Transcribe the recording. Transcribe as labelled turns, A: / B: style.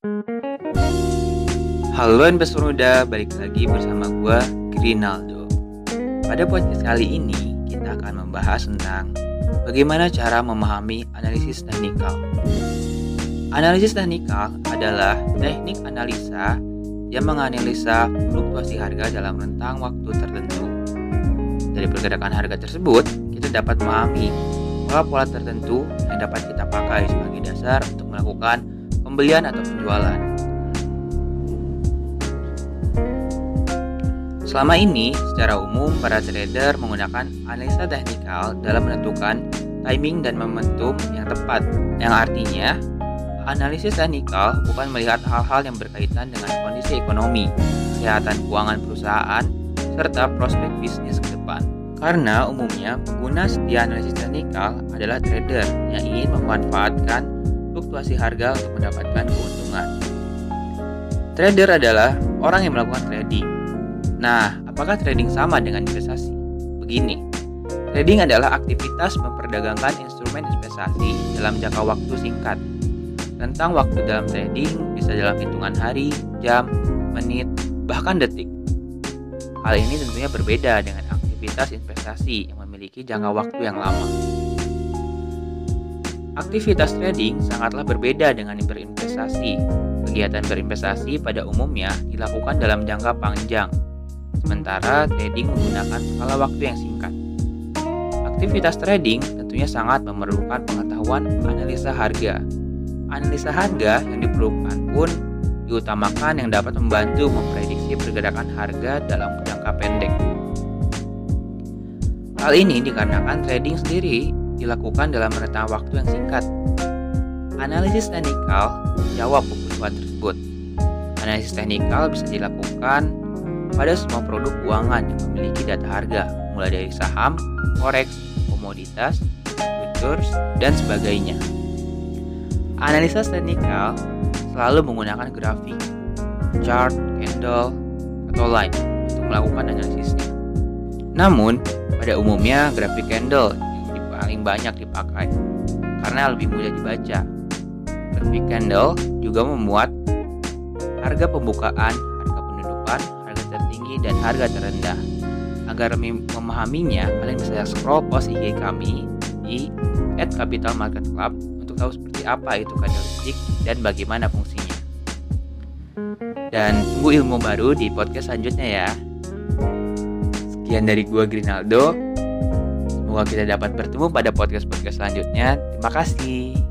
A: Halo investor muda, balik lagi bersama gue, Grinaldo. Pada podcast kali ini, kita akan membahas tentang bagaimana cara memahami analisis teknikal. Analisis teknikal adalah teknik analisa yang menganalisa fluktuasi harga dalam rentang waktu tertentu. Dari pergerakan harga tersebut, kita dapat memahami pola-pola tertentu yang dapat kita pakai sebagai dasar untuk melakukan pembelian atau penjualan. Selama ini, secara umum, para trader menggunakan analisa teknikal dalam menentukan timing dan momentum yang tepat, yang artinya analisis teknikal bukan melihat hal-hal yang berkaitan dengan kondisi ekonomi, kesehatan keuangan perusahaan, serta prospek bisnis ke depan. Karena umumnya pengguna setia analisis teknikal adalah trader yang ingin memanfaatkan fluktuasi harga untuk mendapatkan keuntungan. Trader adalah orang yang melakukan trading. Nah, apakah trading sama dengan investasi? Begini, trading adalah aktivitas memperdagangkan instrumen investasi dalam jangka waktu singkat. Rentang waktu dalam trading bisa dalam hitungan hari, jam, menit, bahkan detik. Hal ini tentunya berbeda dengan aktivitas investasi yang memiliki jangka waktu yang lama. Aktivitas trading sangatlah berbeda dengan berinvestasi. Kegiatan berinvestasi pada umumnya dilakukan dalam jangka panjang, sementara trading menggunakan skala waktu yang singkat. Aktivitas trading tentunya sangat memerlukan pengetahuan analisa harga. Analisa harga yang diperlukan pun diutamakan yang dapat membantu memprediksi pergerakan harga dalam jangka pendek. Hal ini dikarenakan trading sendiri dilakukan dalam rentang waktu yang singkat. Analisis teknikal menjawab kebutuhan tersebut. Analisis teknikal bisa dilakukan pada semua produk keuangan yang memiliki data harga, mulai dari saham, forex, komoditas, futures, dan sebagainya. Analisa teknikal selalu menggunakan grafik, chart, candle, atau line untuk melakukan analisisnya. Namun, pada umumnya grafik candle yang paling banyak dipakai karena lebih mudah dibaca. Grafik candle juga memuat harga pembukaan, harga penutupan, harga tertinggi, dan harga terendah. Agar memahaminya, kalian bisa scroll post IG kami di @capitalmarketclub untuk tahu seperti apa itu candlestick dan bagaimana fungsinya. Dan tunggu ilmu baru di podcast selanjutnya ya. Sekian dari gua, Grinaldo. Semoga kita dapat bertemu pada podcast-podcast selanjutnya. Terima kasih.